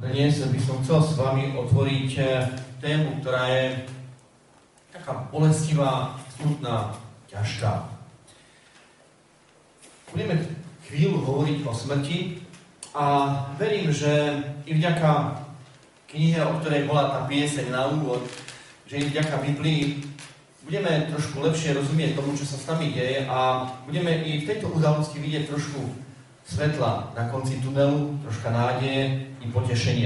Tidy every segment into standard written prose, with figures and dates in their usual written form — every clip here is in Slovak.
dnes by som chcel s vami otvoriť tému, ktorá je taká bolestivá, smutná, ťažká. Budeme chvíľu hovoriť o smrti a verím, že i vďaka knihe, o ktorej bola tá pieseň na úvod, že i vďaka Biblii budeme trošku lepšie rozumieť tomu, čo sa s nami deje a budeme i v tejto udalosti vidieť trošku svetla na konci tunelu, troška nádeje i potešenia.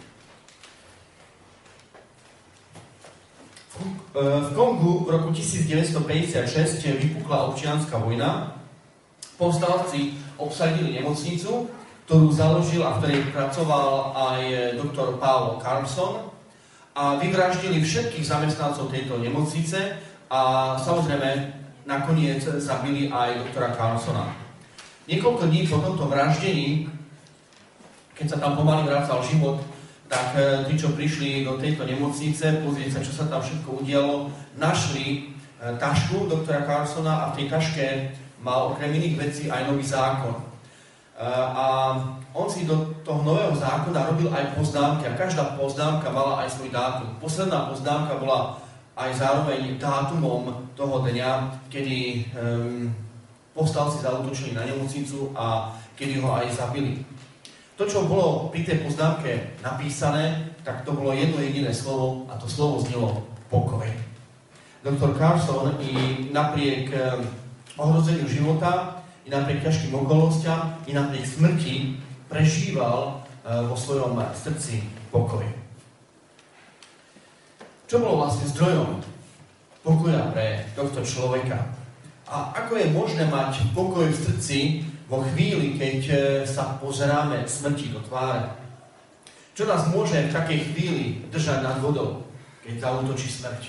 V Kongu v roku 1956 vypukla občianska vojna. Povstalci obsadili nemocnicu, ktorú založil a v ktorej pracoval aj doktor Paul Carlson a vyvraždili všetkých zamestnancov tejto nemocnice a samozrejme nakoniec zabili aj doktora Carlsona. Niekoľko dní po tomto vraždení, keď sa tam pomaly vracal život, tak tí, čo prišli do tejto nemocnice, pozrieť sa, čo sa tam všetko udialo, našli tašku doktora Carlsona a v tej taške mal okrem iných vecí aj nový zákon. A on si do toho nového zákona robil aj poznámky a každá poznámka mala aj svoj dátum. Posledná poznámka bola aj zároveň dátumom toho dňa, kedy povstalci zaútočili na nemocnicu a kedy ho aj zabili. To, čo bolo pri tej poznámke napísané, tak to bolo jedno jediné slovo a to slovo znelo pokoj. Doktor Carlson i napriek ohrozeniu života, i napriek ťažkým okolnostiam, i napriek smrti prežíval vo svojom srdci pokoj. Čo bolo vlastne zdrojom pokoja pre tohto človeka? A ako je možné mať pokoj v srdci vo chvíli, keď sa pozeráme smrti do tváre? Čo nás môže v takej chvíli držať nad vodou, keď zaútočí smrť?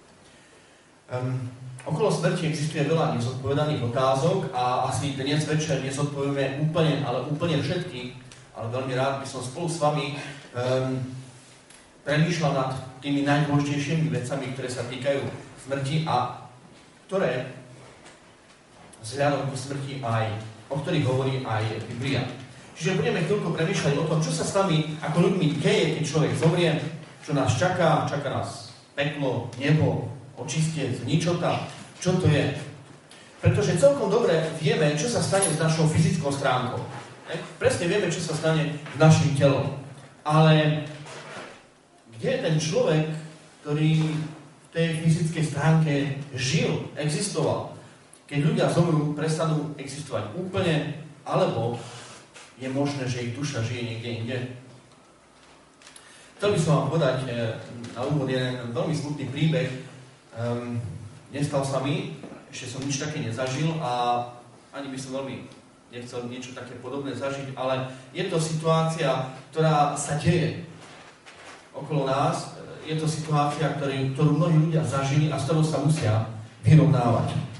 Okolo smrti existuje veľa nezodpovedaných otázok a asi dnes večer nezodpovieme úplne, ale úplne všetky, ale veľmi rád by som spolu s vami premýšľal nad tými najdôležitejšími vecami, ktoré sa týkajú smrti a ktoré vzhľadom ku smrti o ktorých hovorí aj Biblia. Čiže budeme chvíľko premýšľať o tom, čo sa s nami ako ľuďmi deje, keď človek zomrie, čo nás čaká nás peklo, nebo, očistec, ničota, čo to je. Pretože celkom dobre vieme, čo sa stane s našou fyzickou stránkou. Presne vieme, čo sa stane s našim telom. Ale kde je ten človek, ktorý v tej fyzickej stránke žil, existoval? Keď ľudia zomrú, prestanú existovať úplne, alebo je možné, že ich duša žije niekde inde. Chcel by som vám povedať na úvod jeden veľmi smutný príbeh. Nestal sa mi, ešte som nič také nezažil a ani by som veľmi nechcel niečo také podobné zažiť, ale je to situácia, ktorá sa deje okolo nás. Je to situácia, ktorú mnohí ľudia zažili a s ktorou sa musia vyrovnávať.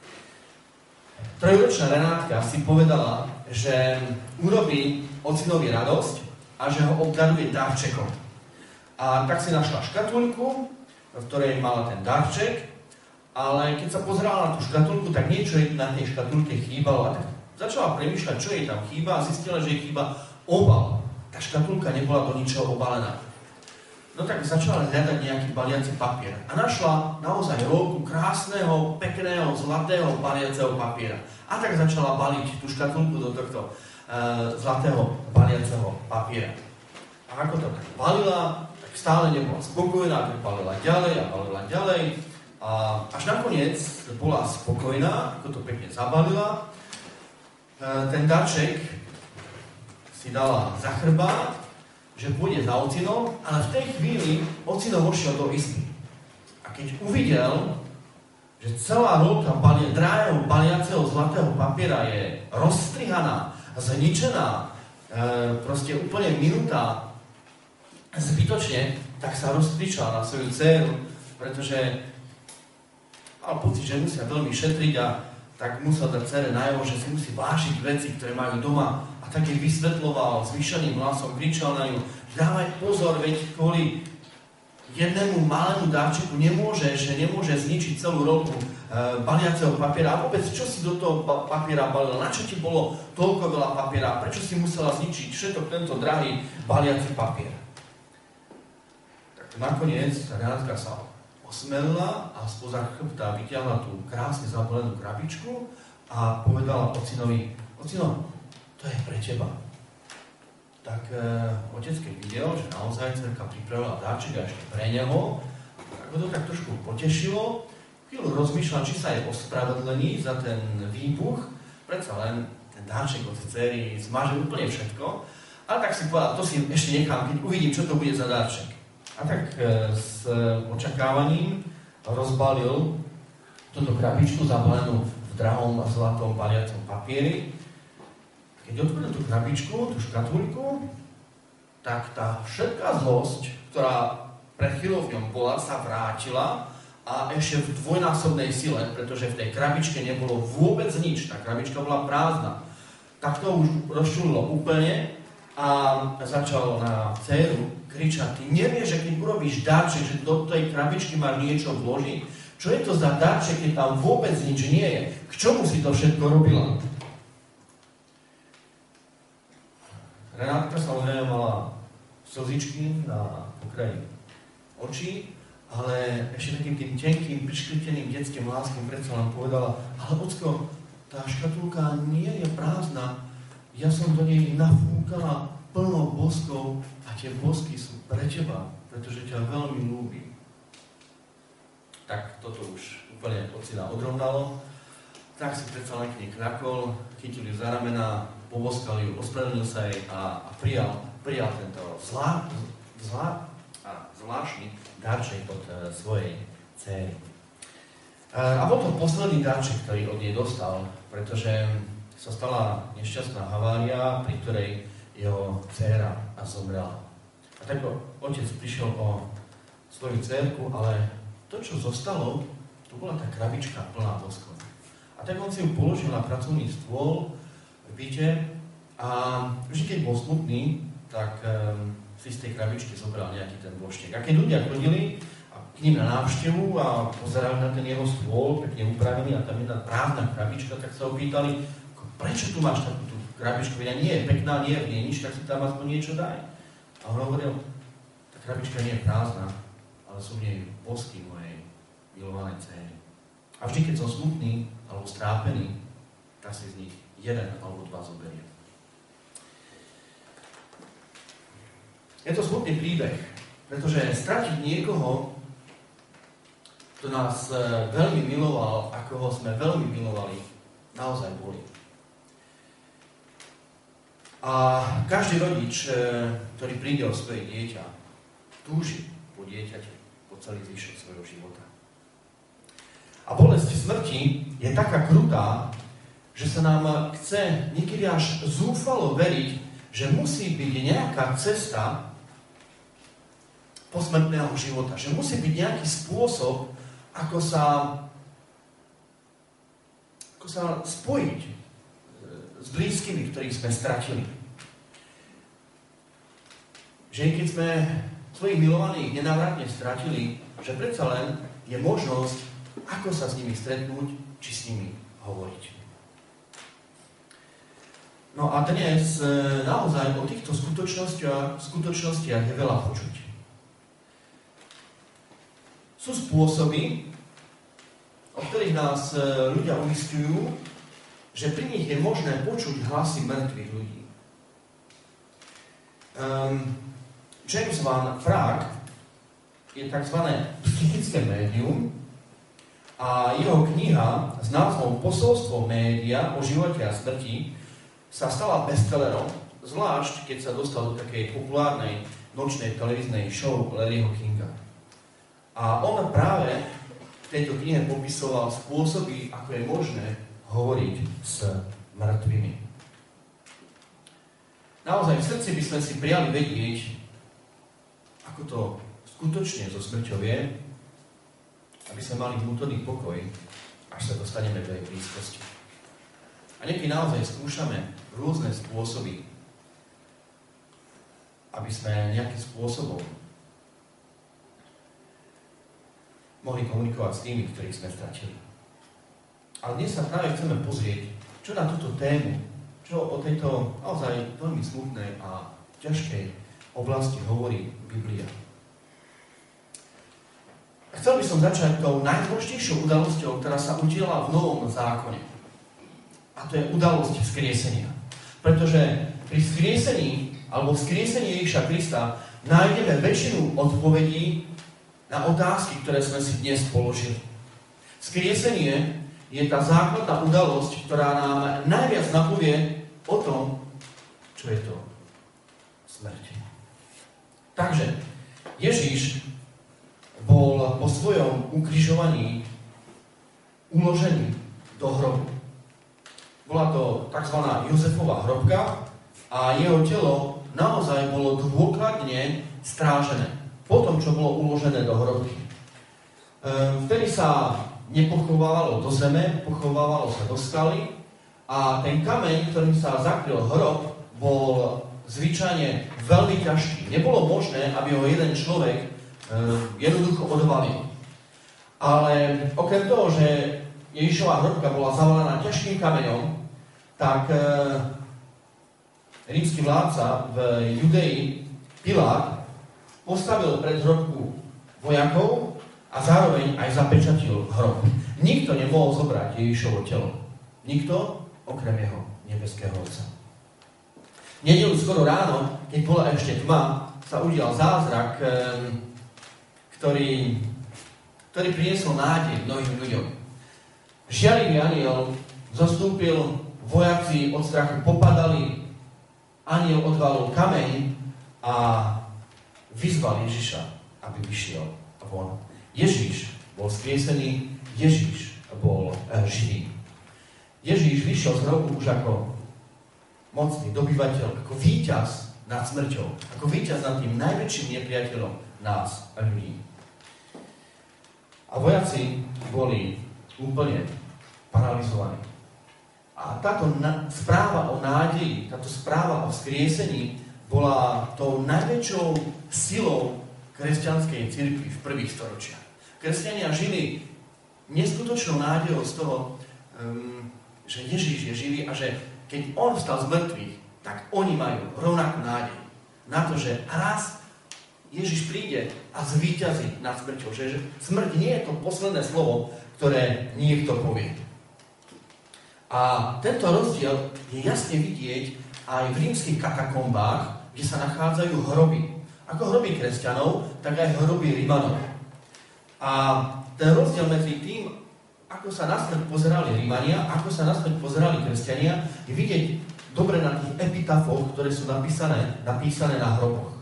Trojročná Renátka si povedala, že urobí ocinovi radosť a že ho obdaruje darčekom. A tak si našla škatulku, v ktorej mala ten darček, ale keď sa pozerala na tú škatulku, tak niečo jej na tej škatulke chýbalo a tak začala premýšľať, čo jej tam chýba a zistila, že jej chýba obal. Tá škatulka nebola do ničoho obalená. No tak začala hľadať nejaký baliaci papier a našla naozaj rolku krásneho, pekného, zlatého baliaceho papiera. A tak začala baliť tú škatulku do tohto zlatého baliaceho papiera. A ako to tak balila, tak stále nebola spokojná, tak balila ďalej a až nakoniec bola spokojná, ako to pekne zabalila. Ten darček si dala za chrbát, že pôjde za ocinom, ale v tej chvíli ocino vošiel do izby. A keď uvidel, že celá rolka drahého baliaceho zlatého papiera je rozstrihaná, zničená, proste úplne minutá, zbytočne, tak sa rozkričal na svoju dceru, pretože mal pocit, že musia veľmi šetriť a tak musel dať dcere najavo, že si musí vážiť veci, ktoré majú doma. A tak jej vysvetloval, zvýšeným hlasom kričal na ňu, dávaj pozor, veď kvôli jednému malému darčeku nemôže zničiť celú rolku baliaceho papiera. A vôbec, čo si do toho papiera balil? Na čo ti bolo toľko veľa papiera? Prečo si musela zničiť všetok tento drahý baliaci papier? Tak nakoniec Renátka sa osmelila a spoza chrbta vytiahla tú krásne zabalenú krabičku a povedala ocinovi: Ocino, to je pre teba. Tak otec, keď videl, že naozaj dcerka pripravila dáček a ešte pre neho, tak ho to tak trošku potešilo. Chvíľu rozmýšľal, či sa jej ospravedlení za ten výbuch. Predsa len ten dáček od dcery zmaže úplne všetko. Ale tak si povedal, to si ešte nechám, keď uvidím, čo to bude za dáček. A tak s očakávaním rozbalil túto krabičku zabalenú v drahom a zlatom baliacom papieri. Keď otvoril tú krabičku, tú škatulku, tak tá všetká zlosť, ktorá pred chvíľou v ňom bola, sa vrátila a ešte v dvojnásobnej sile, pretože v tej krabičke nebolo vôbec nič. Tá krabička bola prázdna. Tak to už rozčulilo úplne a začal na dceru kričať: Ty nevieš, že keď urobíš darček, že do tej krabičky máš niečo vložiť? Čo je to za darček, keď tam vôbec nič nie je? K čomu si to všetko robila? Renátka samozrejme mala slzičky na pokraji očí, ale ešte takým tým tenkým, priškrteným detským láskom predsa len povedala: Ale ocko, tá škatulka nie je prázdna. Ja som do nej nafúkala plno boskov a tie bosky sú pre teba, pretože ťa veľmi ľúbim. Tak toto už úplne ocina odrovnalo. Tak si predsa len k nej kľakol, chytil ju za ramena, poboskal ju, ospravedlnil sa jej a prijal tento zvláštny darček od svojej dcery. A bol to posledný darček, ktorý od nej dostal, pretože sa stala nešťastná havária, pri ktorej jeho dcéra zomrela. A tak otec prišiel o svoju dcérku, ale to, čo zostalo, to bola tá krabička plná boskov. A tak on si ju položil na pracovný stôl v byte a vždy, keď bol smutný, tak si z tej krabičky zobral nejaký ten boštek. A keď ľudia chodili k ním na návštevu a pozerali na ten jeho stôl, pekne upravený a tam jedna prázdna krabička, tak sa opýtali: Prečo tu máš takúto krabičku? Veď nie je pekná, nie je v nej nič, tak si tam aspoň niečo daj. A on hovoril: Tá krabička nie je prázdna, ale sú v nej bosky mojej milovanej dcery. A vždy, keď som smutný alebo strápený, tak si z nich jeden alebo dva zoberiem. Je to smutný príbeh, pretože stratiť niekoho, kto nás veľmi miloval, ako ho sme veľmi milovali, naozaj boli. A každý rodič, ktorý príde o svoje dieťa, túži po dieťate po celý zvyšok svojho života. A bolesť smrti je taká krutá, že sa nám chce niekedy až zúfalo veriť, že musí byť nejaká cesta posmrtného života. Že musí byť nejaký spôsob, ako sa spojiť s blízkymi, ktorých sme stratili. Že keď sme svojich milovaných nenávratne stratili, že predsa len je možnosť, ako sa s nimi stretnúť, či s nimi hovoriť. No a dnes naozaj o týchto skutočnostiach je veľa počuť. Sú spôsoby, o ktorých nás ľudia uisťujú, že pri nich je možné počuť hlasy mŕtvych ľudí. James Van Praagh je tzv. Psychické médium a jeho kniha s názvom Posolstvo média o živote a smrti sa stala bestsellerom, zvlášť keď sa dostal do takej populárnej nočnej televíznej show Larryho Kinga. A on práve v tejto knihe popisoval spôsoby, ako je možné hovoriť s mŕtvými. Naozaj v srdci by sme si prijali vedieť, ako to skutočne so smrťou je, aby sme mali vnútorný pokoj, až sa dostaneme do jej blízkosti. A niekedy naozaj skúšame rôzne spôsoby, aby sme nejakým spôsobom mohli komunikovať s tými, ktorých sme stratili. Ale dnes sa práve chceme pozrieť, čo na túto tému, čo o tejto naozaj veľmi smutnej a ťažkej oblasti hovorí Biblia. Chcel by som začať tou najdôležitejšou udalosťou, ktorá sa udiela v Novom zákone. A to je udalosť vzkriesenia. Pretože pri vzkriesení, alebo vzkriesení Ježiša Krista, nájdeme väčšinu odpovedí na otázky, ktoré sme si dnes položili. Vzkriesenie je tá základná udalosť, ktorá nám najviac napovie o tom, čo je to smrť. Takže Ježiš bol po svojom ukrižovaní uložený do hrobu. Bola to tzv. Jozefova hrobka a jeho telo naozaj bolo dôkladne strážené. Po tom, čo bolo uložené do hrobky. Vtedy sa nepochovávalo do zeme, pochovávalo sa do skaly a ten kameň, ktorým sa zakryl hrob, bol zvyčajne veľmi ťažký. Nebolo možné, aby ho jeden človek jednoducho odvalil. Ale okrem toho, že Ježišova hrobka bola zavalená ťažkým kameňom, tak rímsky vládca v Judei Pilát postavil pred hrobku vojakov a zároveň aj zapečatil hrob. Nikto nemohol zobrať Ježišovo telo. Nikto, okrem jeho nebeského Otca. V nedeľu skoro ráno, keď bola ešte tma, sa udial zázrak, ktorý priniesol nádej mnohým ľuďom. Žiarivý anjel zostúpil, vojaci od strachu popadali, anjel odvalil kameň a vyzval Ježiša, aby vyšiel von. Ježiš bol skriesený, Ježiš bol živý. Ježiš vyšiel z hrobu už ako mocný dobyvateľ, ako víťaz nad smrťou, ako víťaz nad tým najväčším nepriateľom nás a ľudí. A vojaci boli úplne paralizovaní. A táto správa o nádeji, táto správa o vzkriesení bola tou najväčšou silou kresťanskej cirkvi v prvých storočiach. Kresťania žili neskutočnou nádejou z toho, že Ježiš je živý a že keď on vstal z mŕtvych, tak oni majú rovnakú nádej na to, že raz Ježiš príde a zvíťazí nad smrťou. Že smrť nie je to posledné slovo, ktoré niekto povie. A tento rozdiel je jasne vidieť aj v rímskych katakombách, kde sa nachádzajú hroby. Ako hroby kresťanov, tak aj hroby Rimanov. A ten rozdiel medzi tým, ako sa na smrť pozerali Rimania, ako sa na smrť pozerali kresťania, je vidieť dobre na tých epitafoch, ktoré sú napísané na hroboch.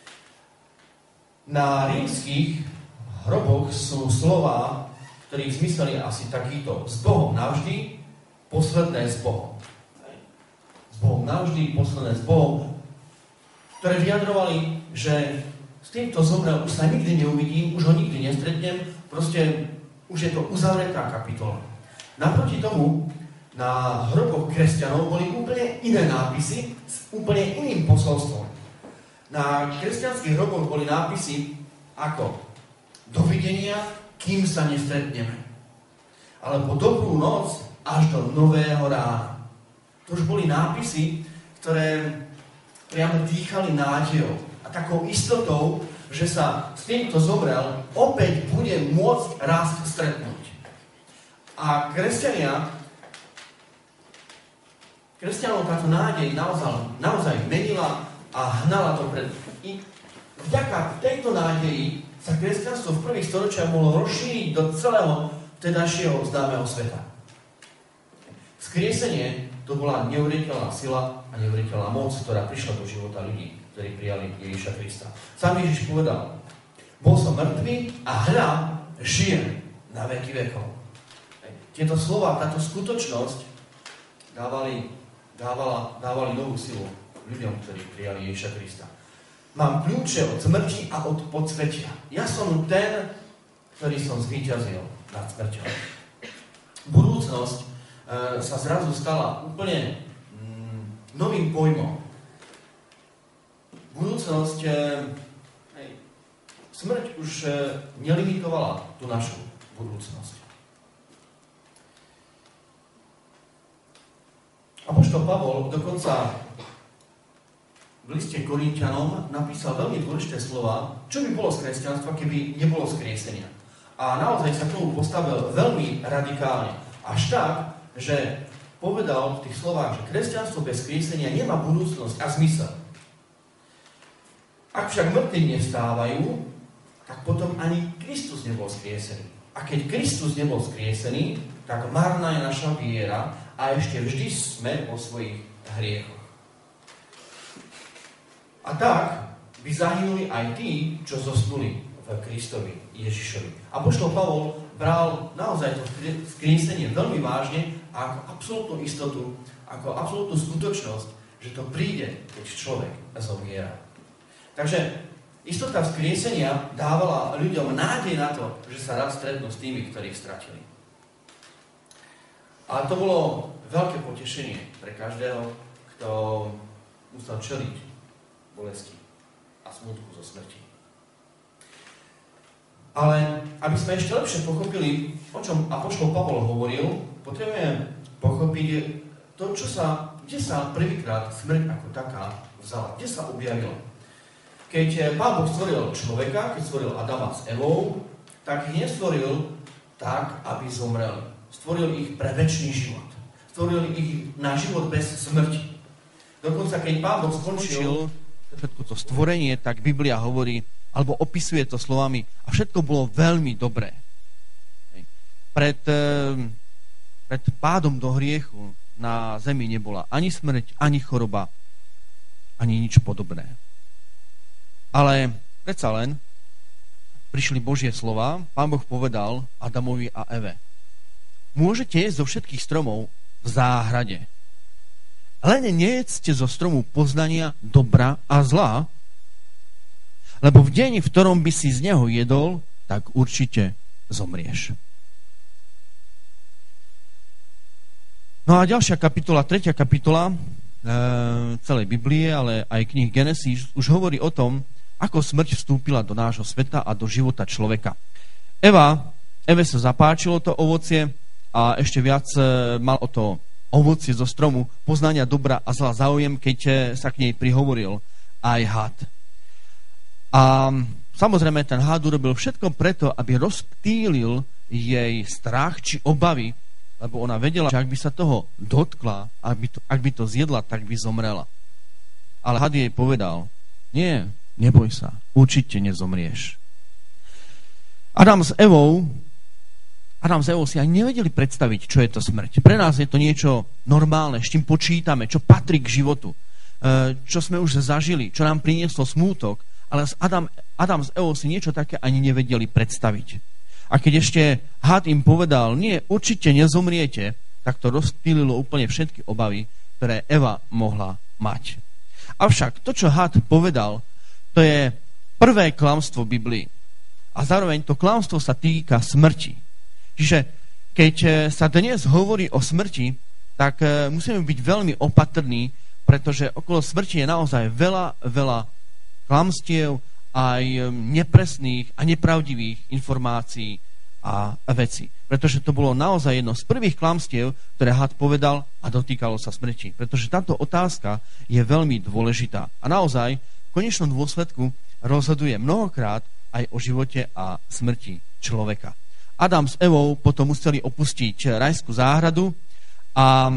Na rímskych hroboch sú slová, ktorých zmysel je asi takýto: s Bohom navždy, posledné s Bohom. S Bohom navždy, posledné s Bohom, ktoré vyjadrovali, že s týmto zomrel, už sa nikdy neuvidím, už ho nikdy nestretnem, proste už je to uzavretá kapitola. Naproti tomu, na hroboch kresťanov boli úplne iné nápisy s úplne iným posolstvom. Na kresťanských hroboch boli nápisy ako dovidenia, kým sa nestretneme. Alebo dobrú noc až do nového rána. To už boli nápisy, ktoré priamo dýchali nádejou a takou istotou, že sa s týmto zomrel opäť bude môcť raz stretnúť. A kresťanov táto nádej naozaj menila a hnala to pred. I vďaka tejto nádeji sa kresťanstvo v prvých storočiach mohlo rozšíriť do celého vtedajšieho známeho sveta. Vzkriesenie to bola neuveriteľná sila a neuveriteľná moc, ktorá prišla do života ľudí, ktorí prijali Ježiša Krista. Sám Ježiš povedal: bol som mŕtvý a hľa, žijem na veky vekov. Tieto slova, táto skutočnosť dávali novú silu ľuďom, ktorí prijali Ježiša Krista. Mám kľúče od smrti a od podsvetia. Ja som ten, ktorý som zvíťazil nad smrťou. Budúcnosť sa zrazu stala úplne novým pojmom. Budúcnosť smrť už nelimitovala tú našu budúcnosť. Apoštol Pavol dokonca v liste Korinťanom napísal veľmi dôležité slova, čo by bolo z kresťanstva, keby nebolo vzkriesenia. A naozaj sa k tomu postavil veľmi radikálne. Až tak, že povedal v tých slovách, že kresťanstvo bez vzkriesenia nemá budúcnosť a zmysel. Ak však mŕtvi nevstávajú, tak potom ani Kristus nebol vzkriesený. A keď Kristus nebol vzkriesený, tak marná je naša viera a ešte vždy sme vo svojich hriechoch. A tak by zahynuli aj tí, čo zosnuli v Kristovi Ježišovi. Apoštol Pavol bral naozaj to vzkriesenie veľmi vážne a ako absolútnu istotu, ako absolútnu skutočnosť, že to príde, keď človek zomiera. Takže istota vzkriesenia dávala ľuďom nádej na to, že sa raz stretnú s tými, ktorých stratili. A to bolo veľké potešenie pre každého, kto musel čeliť bolesti a smútku zo smrti. Ale aby sme ešte lepšie pochopili, o čom apoštol Pavol hovoril, potrebujeme pochopiť to, kde sa prvýkrát smrť ako taká vzala, kde sa objavila. Keď Pán Boh stvoril človeka, keď stvoril Adama s Evou, tak ich nestvoril tak, aby zomreli. Stvoril ich pre večný život. Stvoril ich na život bez smrti. Dokonca keď Pán Boh skončil všetko to stvorenie, tak Biblia hovorí, alebo opisuje to slovami, a všetko bolo veľmi dobré. Pred pádom do hriechu na zemi nebola ani smrť, ani choroba, ani nič podobné. Ale predsa len prišli Božie slova, Pán Boh povedal Adamovi a Eve: môžete jesť zo všetkých stromov v záhrade, len nejedzte zo stromu poznania dobra a zla, lebo v deň, v ktorom by si z neho jedol, tak určite zomrieš. No a ďalšia kapitola, 3. kapitola celej Biblie, ale aj knih Genesis už hovorí o tom, ako smrť vstúpila do nášho sveta a do života človeka. Eve sa zapáčilo to ovocie a ešte viac mal o to ovocie zo stromu poznania dobra a zla záujem, keď sa k nej prihovoril aj had. A samozrejme ten had urobil všetko preto, aby rozptýlil jej strach či obavy, lebo ona vedela, že ak by sa toho dotkla, ak by to zjedla, tak by zomrela. Ale had jej povedal: nie, neboj sa, určite nezomrieš. Adam s Evou si aj nevedeli predstaviť, čo je to smrť. Pre nás je to niečo normálne, s čím počítame, čo patrí k životu, čo sme už zažili, čo nám prinieslo smútok, ale Adam s Evou si niečo také ani nevedeli predstaviť. A keď ešte had im povedal: nie, určite nezomriete, tak to rozptýlilo úplne všetky obavy, ktoré Eva mohla mať. Avšak to, čo had povedal, to je prvé klamstvo v Biblii. A zároveň to klamstvo sa týka smrti. Čiže keď sa dnes hovorí o smrti, tak musíme byť veľmi opatrní, pretože okolo smrti je naozaj veľa klamstiev, aj nepresných a nepravdivých informácií a vecí. Pretože to bolo naozaj jedno z prvých klamstiev, ktoré had povedal a dotýkalo sa smrti. Pretože táto otázka je veľmi dôležitá. A naozaj v konečnom dôsledku rozhoduje mnohokrát aj o živote a smrti človeka. Adam s Evou potom museli opustiť rajskú záhradu a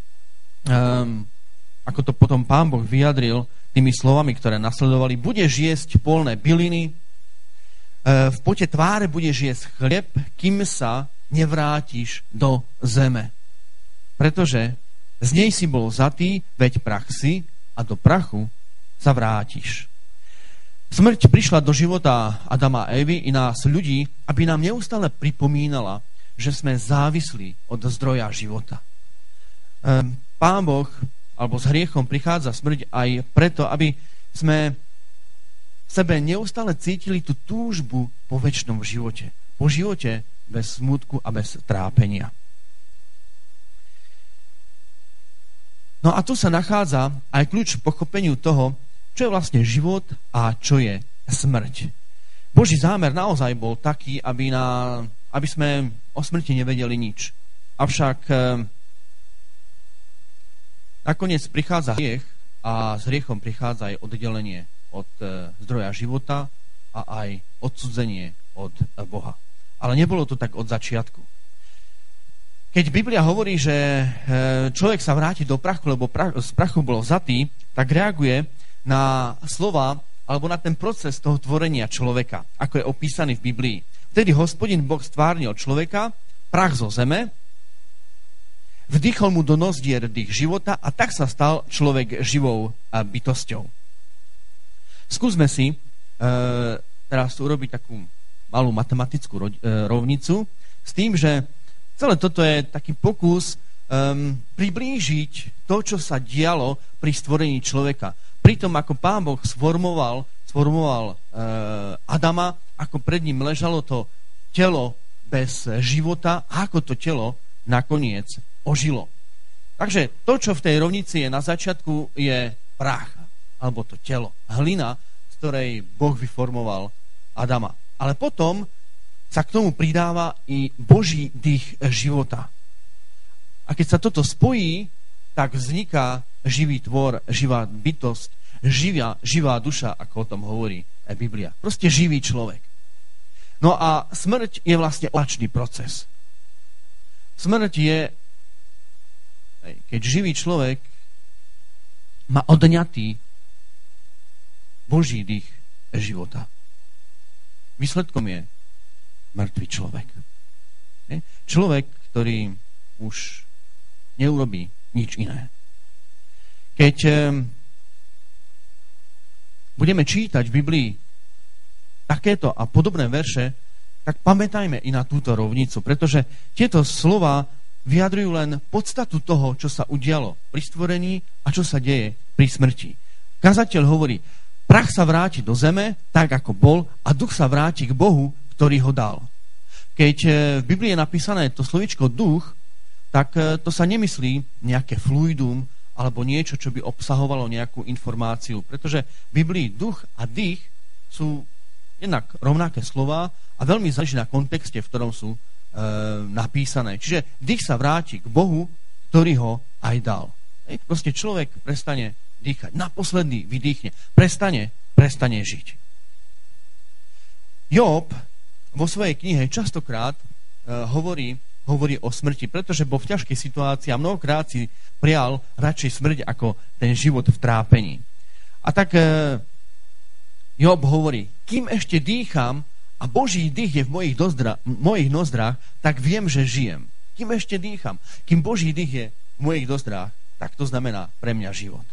ako to potom Pán Boh vyjadril tými slovami, ktoré nasledovali: budeš jesť polné byliny, v pote tváre budeš jesť chlieb, kým sa nevrátiš do zeme. Pretože z nej si bol vzatý, veď prach si a do prachu sa vrátiš. Smrť prišla do života Adama a Evy i nás ľudí, aby nám neustále pripomínala, že sme závislí od zdroja života. Pán Boh, alebo s hriechom prichádza smrť aj preto, aby sme v sebe neustále cítili tú túžbu po večnom živote. Po živote bez smútku a bez trápenia. No a tu sa nachádza aj kľúč k pochopeniu toho, čo je vlastne život a čo je smrť. Boží zámer naozaj bol taký, aby sme o smrti nevedeli nič. Avšak nakoniec prichádza hriech a s hriechom prichádza aj oddelenie od zdroja života a aj odcudzenie od Boha. Ale nebolo to tak od začiatku. Keď Biblia hovorí, že človek sa vráti do prachu, lebo z prachu bol vzatý, tak reaguje na slova alebo na ten proces toho tvorenia človeka, ako je opísaný v Biblii. Vtedy Hospodin Boh stvárnil človeka, prach zo zeme, vdýchol mu do nozdier dých života a tak sa stal človek živou bytosťou. Skúsme si teraz urobiť takú malú matematickú rovnicu s tým, že celé toto je taký pokus priblížiť to, čo sa dialo pri stvorení človeka. Pri tom, ako Pán Boh sformoval Adama, ako pred ním ležalo to telo bez života a ako to telo nakoniec ožilo. Takže to, čo v tej rovnici je na začiatku, je prach, alebo to telo, hlina, z ktorej Boh vyformoval Adama. Ale potom sa k tomu pridáva i Boží dých života. A keď sa toto spojí, tak vzniká živý tvor, živá bytosť, živá duša, ako o tom hovorí Biblia. Proste živý človek. No a smrť je vlastne opačný proces. Smrť je, keď živý človek má odňatý Boží dých života. Výsledkom je mŕtvý človek. Človek, ktorý už neurobí nič iné. Keď budeme čítať v Biblii takéto a podobné verše, tak pamätajme i na túto rovnicu, pretože tieto slova vyjadrujú len podstatu toho, čo sa udialo pri stvorení a čo sa deje pri smrti. Kazateľ hovorí, prach sa vráti do zeme, tak ako bol, a duch sa vráti k Bohu, ktorý ho dal. Keď v Biblii je napísané to slovíčko duch, tak to sa nemyslí nejaké fluidum alebo niečo, čo by obsahovalo nejakú informáciu, pretože v Biblii duch a dých sú jednak rovnaké slová a veľmi záleží na kontexte, v ktorom sú napísané. Čiže dých sa vráti k Bohu, ktorý ho aj dal. Proste človek prestane dýchať, naposledy vydýchne, prestane žiť. Job vo svojej knihe častokrát hovorí o smrti, pretože bol v ťažkej situácii a mnohokrát si prijal radšej smrť ako ten život v trápení. A tak Job hovorí, kým ešte dýcham a Boží dých je v mojich nozdrách, tak viem, že žijem. Kým ešte dýcham, kým Boží dých je v mojich nozdrách, tak to znamená pre mňa život.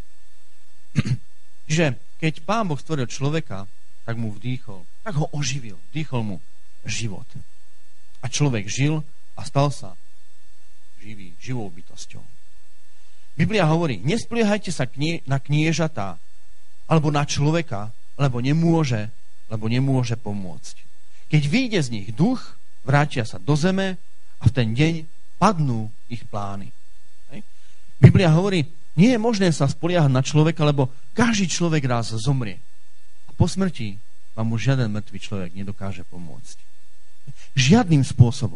Čiže keď Pán Boh stvoril človeka, tak mu vdýchol, tak ho oživil, vdýchol mu život. A človek žil a stal sa živou bytosťou. Biblia hovorí, nespoliehajte sa na kniežatá alebo na človeka, lebo nemôže pomôcť. Keď vyjde z nich duch, vrátia sa do zeme a v ten deň padnú ich plány. Biblia hovorí, nie je možné sa spoliehať na človeka, lebo každý človek raz zomrie. A po smrti vám už žiaden mŕtvý človek nedokáže pomôcť. Žiadnym spôsobom.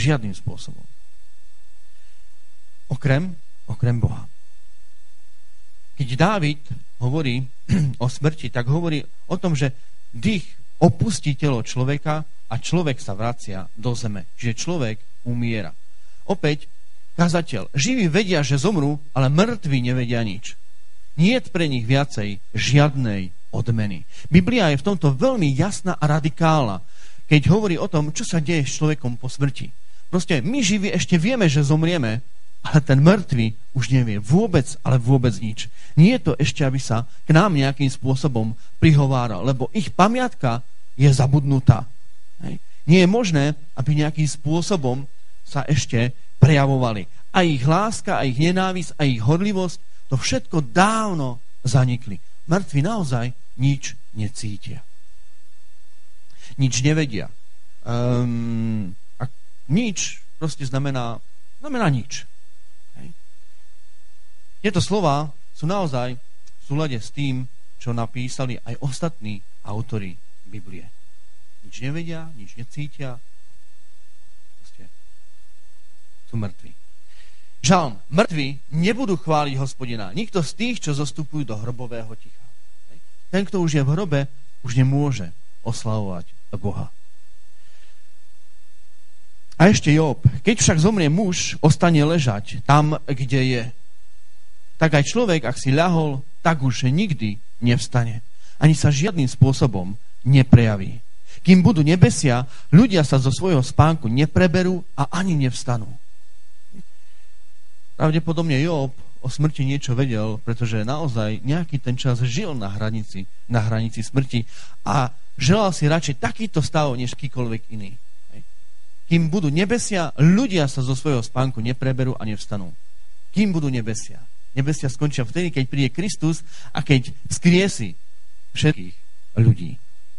Okrem Boha. Keď Dávid hovorí o smrti, tak hovorí o tom, že dých opustí telo človeka a človek sa vracia do zeme. Čiže človek umiera. Opäť, kazateľ, živí vedia, že zomrú, ale mŕtvi nevedia nič. Niet pre nich viacej žiadnej odmeny. Biblia je v tomto veľmi jasná a radikálna, keď hovorí o tom, čo sa deje s človekom po smrti. Proste my živí ešte vieme, že zomrieme, ale ten mŕtvy už nevie vôbec nič. Nie je to ešte, aby sa k nám nejakým spôsobom prihováral, lebo ich pamiatka je zabudnutá. Nie je možné, aby nejakým spôsobom sa ešte prejavovali. A ich láska, a ich nenávisť, a ich horlivosť, to všetko dávno zanikli. Mŕtvi naozaj nič necítia. Nič nevedia. A nič proste znamená nič. Tieto slova sú naozaj v súlade s tým, čo napísali aj ostatní autori Biblie. Nič nevedia, nič necítia. Proste sú mŕtvi. Žalm. Mŕtvi nebudú chváliť Hospodina. Nikto z tých, čo zostupujú do hrobového ticha. Ten, kto už je v hrobe, už nemôže oslavovať Boha. A ešte Job. Keď však zomrie muž, ostane ležať tam, kde je. Tak aj človek, ak si ľahol, tak už nikdy nevstane. Ani sa žiadnym spôsobom neprejaví. Kým budú nebesia, ľudia sa zo svojho spánku nepreberú a ani nevstanú. Pravdepodobne Job o smrti niečo vedel, pretože naozaj nejaký ten čas žil na hranici smrti a želal si radšej takýto stav, než kýkoľvek iný. Kým budú nebesia, ľudia sa zo svojho spánku nepreberú a nevstanú. Kým budú nebesia? Nebesia skončia vtedy, keď príde Kristus a keď skriesi všetkých ľudí.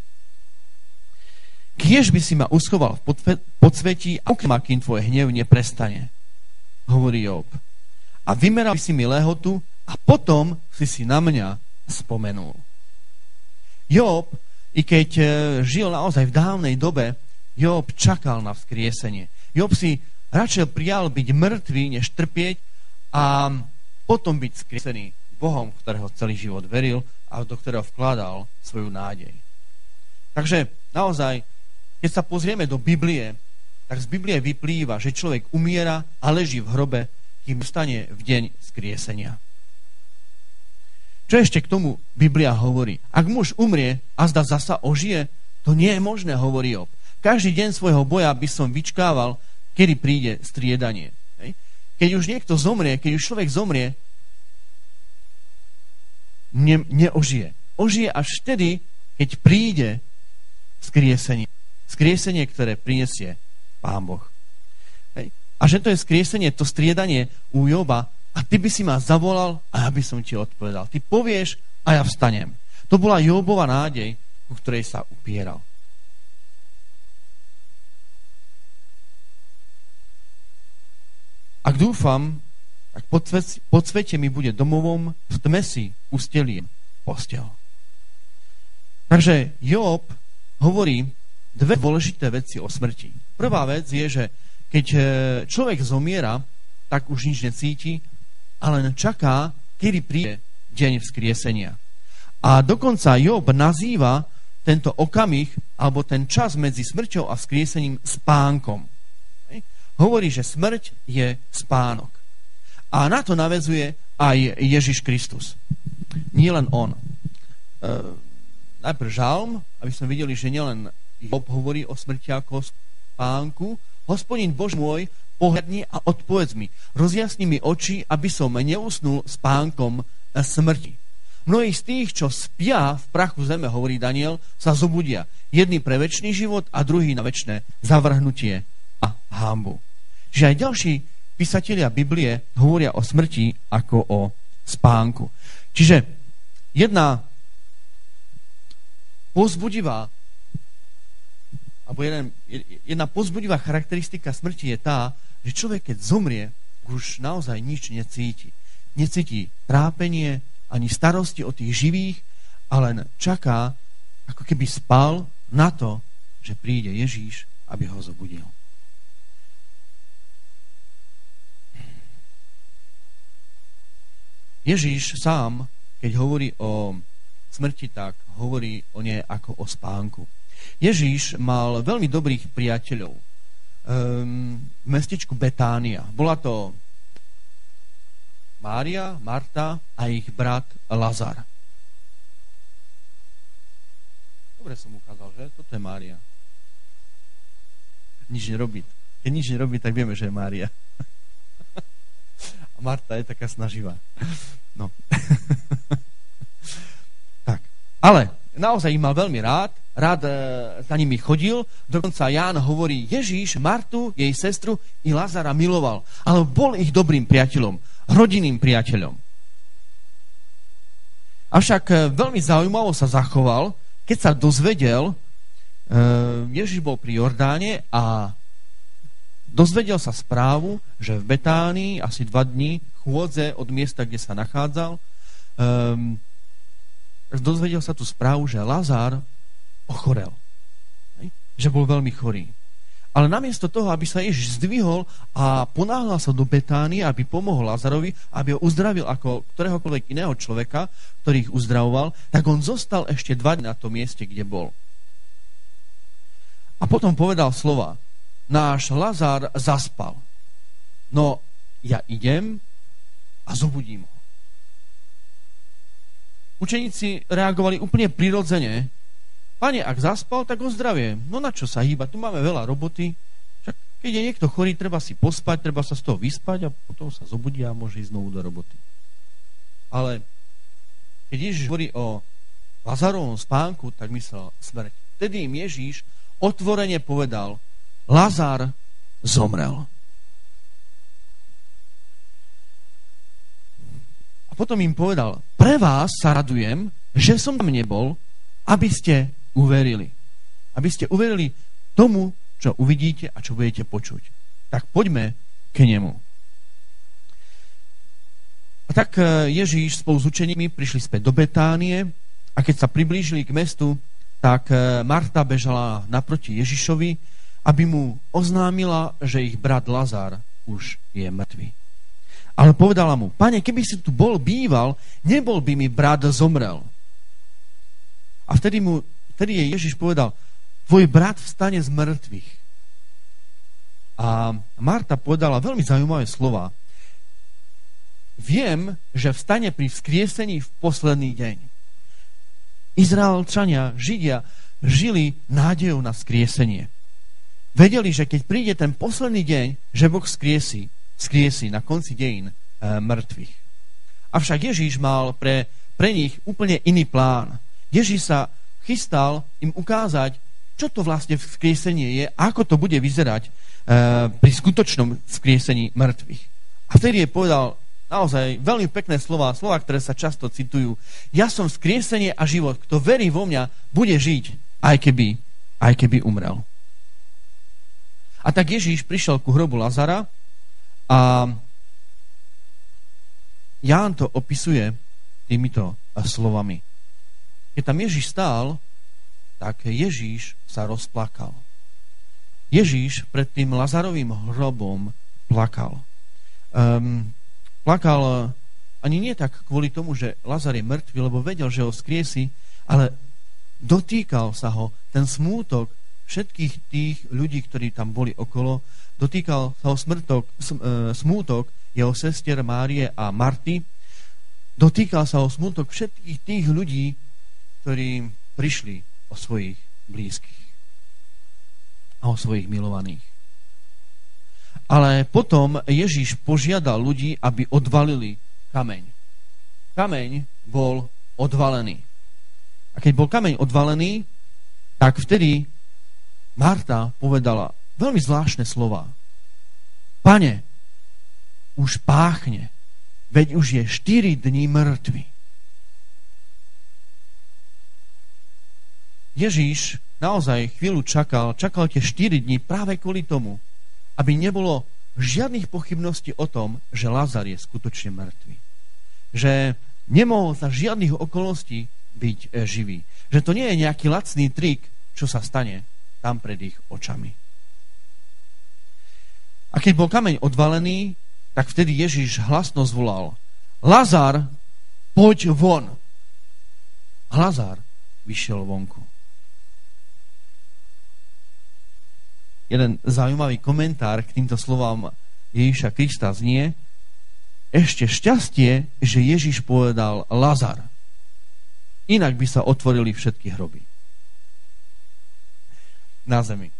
Kiež by si ma uschoval v podsvetí a ukryl ma, kým tvoj hnev neprestane, hovorí Job. A vymeral by si mi lehotu a potom si na mňa spomenul. Job, i keď žil naozaj v dávnej dobe, Job čakal na vzkriesenie. Job si radšej prijal byť mŕtvý, než trpieť a potom byť skriesený Bohom, ktorého celý život veril a do ktorého vkladal svoju nádej. Takže naozaj, keď sa pozrieme do Biblie, tak z Biblie vyplýva, že človek umiera a leží v hrobe, kým vstane v deň skriesenia. Čo ešte k tomu Biblia hovorí? Ak muž umrie a zda zasa ožije, to nie je možné, hovorí Job. Každý deň svojho boja by som vyčkával, kedy príde striedanie. Keď už niekto zomrie, keď už človek zomrie, neožije. Ožije až vtedy, keď príde skriesenie. Skriesenie, ktoré prinesie Pán Boh. A že to je skriesenie, to striedanie u Joba, a ty by si ma zavolal a ja by som ti odpovedal. Ty povieš a ja vstanem. To bola Jobova nádej, ku ktorej sa upieral. Ak dúfam, tak podsvete mi bude domovom, v tme si ustelím postel. Takže Job hovorí dve dôležité veci o smrti. Prvá vec je, že keď človek zomiera, tak už nič necíti, ale len čaká, kedy príde deň vzkriesenia. A dokonca Job nazýva tento okamih, alebo ten čas medzi smrťou a vzkriesením spánkom. Hovorí, že smrť je spánok. A na to naväzuje aj Ježiš Kristus. Nie len on. Najprv žalm, aby sme videli, že nielen Job hovorí o smrti ako o spánku. Hospodin Bož môj, pohľadni a odpovedz mi. Rozjasni mi oči, aby som neusnul spánkom smrti. Mnohí z tých, čo spia v prachu zeme, hovorí Daniel, sa zobudia. Jedný pre večný život a druhý na večné zavrhnutie a hanbu. Čiže aj ďalší písatelia Biblie hovoria o smrti ako o spánku. Čiže jedna povzbudivá charakteristika smrti je tá, že človek, keď zomrie, už naozaj nič necíti. Necíti trápenie ani starosti o tých živých, a len čaká, ako keby spal na to, že príde Ježíš, aby ho zobudil. Ježíš sám, keď hovorí o smrti, tak hovorí o nej ako o spánku. Ježíš mal veľmi dobrých priateľov v mestečku Betánia. Bola to Mária, Marta a ich brat Lazar. Dobre som ukázal, že? Toto je Mária. Nič nerobí. Keď nič nerobí, tak vieme, že je Mária. A Marta je taká snaživá. No. Tak. Ale naozaj ich mal veľmi rád za nimi chodil, dokonca Ján hovorí, Ježíš Martu, jej sestru i Lazara miloval, ale bol ich dobrým priateľom, rodinným priateľom. Avšak veľmi zaujímavo sa zachoval, keď sa dozvedel, Ježíš bol pri Jordáne a dozvedel sa správu, že v Betánii asi 2 dní chôdze od miesta, kde sa nachádzal, dozvedel sa tú správu, že Lazár ochorel. že bol veľmi chorý. Ale namiesto toho, aby sa Ježiš zdvihol a ponáhľal sa do Betánie, aby pomohol Lazarovi, aby ho uzdravil ako ktoréhokoľvek iného človeka, ktorý ich uzdravoval, tak on zostal ešte 2 dni na tom mieste, kde bol. A potom povedal slova: náš Lazar zaspal. No, ja idem a zobudím ho. Učeníci reagovali úplne prirodzene: Pane, ak zaspal, tak ho zdravie. No na čo sa hýba? Tu máme veľa roboty. Však keď je niekto chorý, treba si pospať, treba sa z toho vyspať a potom sa zobudí a môže ísť znovu do roboty. Ale keď Ježiš hovorí o Lazarovom spánku, tak myslel smrť. Vtedy im Ježiš otvorene povedal: Lazar zomrel. A potom im povedal: pre vás sa radujem, že som tam nebol, aby ste uverili. Aby ste uverili tomu, čo uvidíte a čo budete počuť. Tak poďme k nemu. A tak Ježíš spolu s učeníkmi prišli späť do Betánie a keď sa priblížili k mestu, tak Marta bežala naproti Ježišovi, aby mu oznámila, že ich brat Lazar už je mŕtvy. Ale povedala mu: Pane, keby si tu bol býval, nebol by mi brat zomrel. A vtedy jej Ježiš povedal: tvoj brat vstane z mŕtvych. A Marta povedala veľmi zaujímavé slova: viem, že vstane pri vzkriesení v posledný deň. Izraelčania, Židia, žili nádejou na vzkriesenie. Vedeli, že keď príde ten posledný deň, že Boh vzkriesí na konci dejín mŕtvych. Avšak Ježiš mal pre nich úplne iný plán. Ježiš sa chystal im ukázať, čo to vlastne vzkriesenie je, ako to bude vyzerať pri skutočnom vzkriesení mŕtvych. A vtedy je povedal naozaj veľmi pekné slova, ktoré sa často citujú: ja som vzkriesenie a život, kto verí vo mňa, bude žiť, aj keby umrel. A tak Ježiš prišiel ku hrobu Lazara a Ján to opisuje týmito slovami. Keď tam Ježiš stál, tak Ježiš sa rozplakal. Ježiš pred tým Lazarovým hrobom plakal. Plakal ani nie tak kvôli tomu, že Lazar je mŕtvy, lebo vedel, že ho vzkriesi, ale dotýkal sa ho ten smútok všetkých tých ľudí, ktorí tam boli okolo, dotýkal sa ho smútok jeho sestier Márie a Marty, dotýkal sa ho smútok všetkých tých ľudí, ktorí prišli o svojich blízkych a o svojich milovaných. Ale potom Ježiš požiadal ľudí, aby odvalili kameň. Kameň bol odvalený. A keď bol kameň odvalený, tak vtedy Marta povedala veľmi zvláštne slova: Pane, už páchne, veď už je 4 dní mŕtvy. Ježíš naozaj chvíľu čakal tie 4 dní práve kvôli tomu, aby nebolo žiadnych pochybností o tom, že Lazar je skutočne mŕtvy. Že nemohol za žiadnych okolností byť živý. Že to nie je nejaký lacný trik, čo sa stane tam pred ich očami. A keď bol kameň odvalený, tak vtedy Ježíš hlasno zvolal: Lazar, poď von. A Lazar vyšiel vonku. Jeden zaujímavý komentár k týmto slovám Ježíša Krista znie: ešte šťastie, že Ježíš povedal Lazar. Inak by sa otvorili všetky hroby na zemi.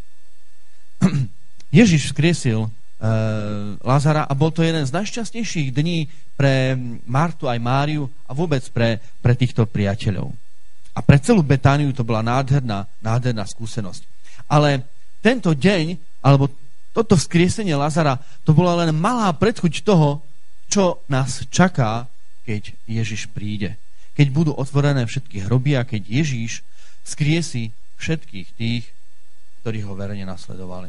Ježíš vzkriesil Lazara a bol to jeden z najšťastnejších dní pre Martu aj Máriu a vôbec pre týchto priateľov. A pre celú Betániu to bola nádherná skúsenosť. Ale tento deň, alebo toto vzkriesenie Lazara, to bola len malá predchuť toho, čo nás čaká, keď Ježiš príde. Keď budú otvorené všetky hroby a keď Ježiš vzkriesí všetkých tých, ktorí ho verne nasledovali.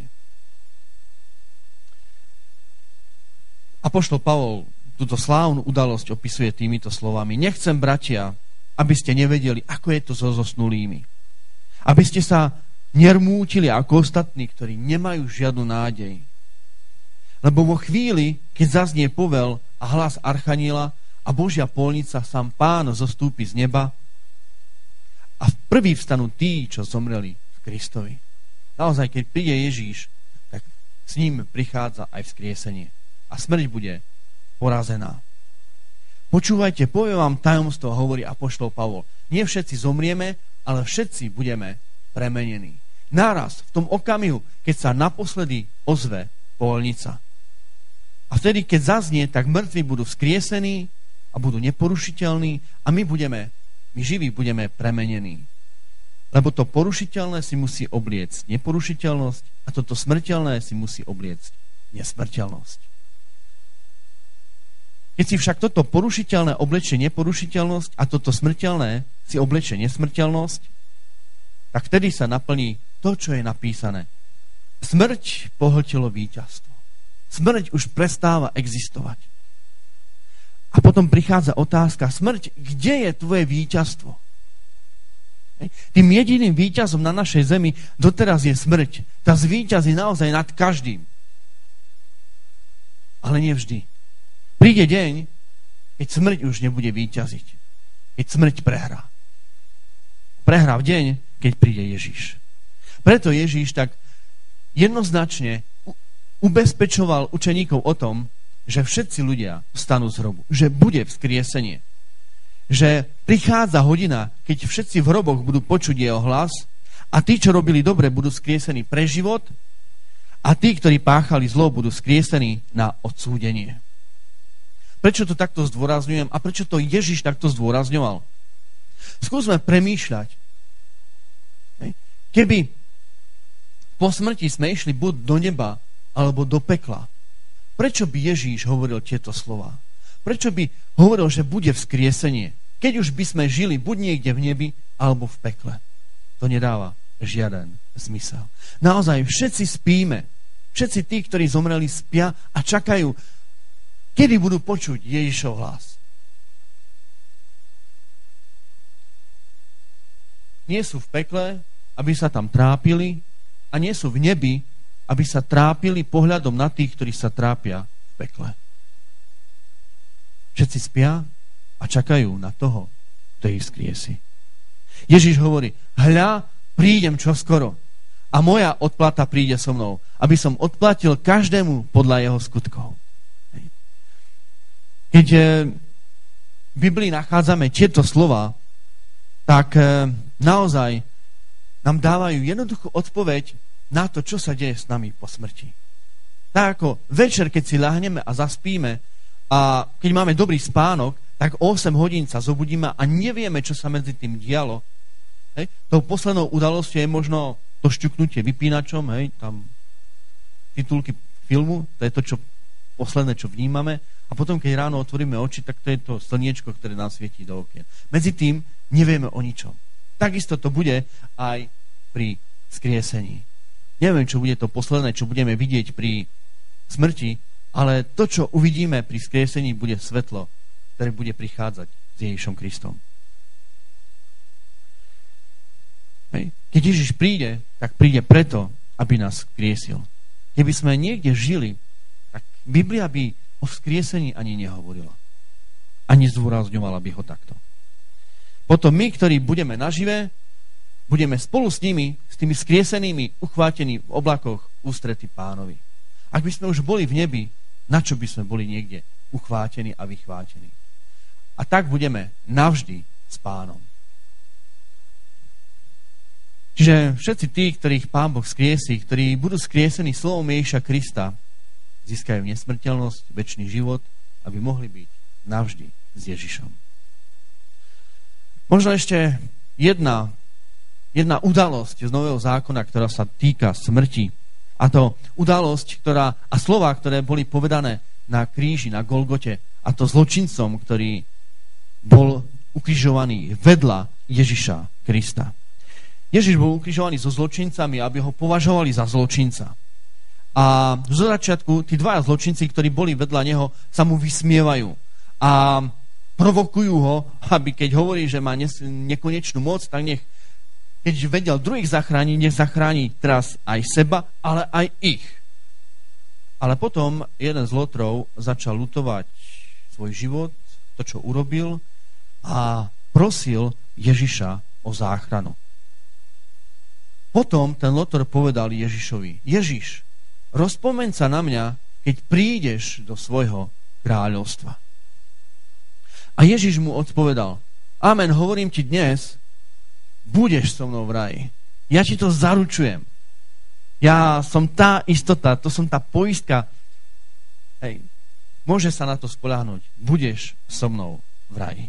Apoštol Pavol túto slávnu udalosť opisuje týmito slovami: Nechcem, bratia, aby ste nevedeli, ako je to so zosnulými. Aby ste sa nermútili ako ostatní, ktorí nemajú žiadnu nádej. Lebo vo chvíli, keď zaznie povel a hlas archaniela a Božia polnica, sám Pán zostúpi z neba a v prvý vstanú tí, čo zomreli v Kristovi. Naozaj, keď príde Ježíš, tak s ním prichádza aj vzkriesenie. A smrť bude porazená. Počúvajte, poviem vám tajomstvo, hovorí apoštol Pavol. Nie všetci zomrieme, ale všetci budeme premenení. Naraz, v tom okamihu, keď sa naposledy ozve polnica. A vtedy, keď zaznie, tak mŕtvi budú vzkriesení a budú neporušiteľní a my živí budeme premenení. Lebo to porušiteľné si musí obliecť neporušiteľnosť a toto smrteľné si musí obliecť nesmrteľnosť. Keď si však toto porušiteľné oblečie neporušiteľnosť a toto smrteľné si oblečie nesmrteľnosť, tak vtedy sa naplní to, čo je napísané. Smrť pohltilo víťazstvo. Smrť už prestáva existovať. A potom prichádza otázka, smrť, kde je tvoje víťazstvo? Tým jediným víťazom na našej zemi doteraz je smrť. Tá zvíťazí naozaj nad každým. Ale nevždy. Príde deň, keď smrť už nebude víťaziť. Keď smrť prehrá. Prehrá v deň, keď príde Ježíš. Preto Ježíš tak jednoznačne ubezpečoval učeníkov o tom, že všetci ľudia vstanú z hrobu. Že bude vzkriesenie. Že prichádza hodina, keď všetci v hroboch budú počuť jeho hlas a tí, čo robili dobre, budú vzkriesení pre život a tí, ktorí páchali zlo, budú vzkriesení na odsúdenie. Prečo to takto zdôrazňujem a prečo to Ježiš takto zdôrazňoval? Skúsme premýšľať. Keby po smrti sme išli buď do neba alebo do pekla, prečo by Ježíš hovoril tieto slova? Prečo by hovoril, že bude vzkriesenie, keď už by sme žili buď niekde v nebi alebo v pekle? To nedáva žiaden zmysel. Naozaj všetci spíme. Všetci tí, ktorí zomreli, spia a čakajú, kedy budú počuť Ježišov hlas. Nie sú v pekle, aby sa tam trápili, a nie sú v nebi, aby sa trápili pohľadom na tých, ktorí sa trápia v pekle. Všetci spia a čakajú na toho, kto ich vzkriesi. Ježiš hovorí, hľa, prídem čoskoro a moja odplata príde so mnou, aby som odplatil každému podľa jeho skutkov. Keď v Biblii nachádzame tieto slova, tak naozaj nám dávajú jednoduchú odpoveď na to, čo sa deje s nami po smrti. Tak ako večer, keď si ľahneme a zaspíme a keď máme dobrý spánok, tak 8 hodín sa zobudíme a nevieme, čo sa medzi tým dialo. Tou poslednou udalosťou je možno to šťuknutie vypínačom, tam titulky filmu, to je to, čo posledné, čo vnímame. A potom, keď ráno otvoríme oči, tak to je to slniečko, ktoré nám svietí do okien. Medzi tým nevieme o ničom. Takisto to bude aj pri skriesení. Neviem, čo bude to posledné, čo budeme vidieť pri smrti, ale to, čo uvidíme pri skriesení, bude svetlo, ktoré bude prichádzať s Ježišom Kristom. Keď Ježiš príde, tak príde preto, aby nás skriesil. Keby sme niekde žili, tak Biblia by o vzkriesení ani nehovorila. Ani zdôrazňovala by ho takto. Potom my, ktorí budeme nažive, budeme spolu s nimi, s tými skriesenými, uchvátení v oblakoch ústrety Pánovi. Ak by sme už boli v nebi, na čo by sme boli niekde uchvátení a vychvátení? A tak budeme navždy s Pánom. Čiže všetci tí, ktorých Pán Boh skriesí, ktorí budú skriesení slovom Ježiša Krista, získajú nesmrteľnosť, večný život, aby mohli byť navždy s Ježišom. Možno ešte jedna udalosť z Nového zákona, ktorá sa týka smrti. A to udalosť, a slová, ktoré boli povedané na kríži, na Golgote, a to zločincom, ktorý bol ukrižovaný vedľa Ježiša Krista. Ježiš bol ukrižovaný so zločincami, aby ho považovali za zločinca. A zo začiatku tí dvaja zločinci, ktorí boli vedľa neho, sa mu vysmievajú. A provokujú ho, aby keď hovorí, že má nekonečnú moc, tak nech keď vedel druhých zachrániť, nech zachráni teraz aj seba, ale aj ich. Ale potom jeden z lotrov začal ľutovať svoj život, to, čo urobil, a prosil Ježiša o záchranu. Potom ten lotor povedal Ježišovi: Ježiš, rozpomeň sa na mňa, keď prídeš do svojho kráľovstva. A Ježiš mu odpovedal: Amen, hovorím ti dnes, budeš so mnou v raji. Ja ti to zaručujem. Ja som tá istota, to som tá poistka. Hej, môže sa na to spoľahnúť. Budeš so mnou v raji.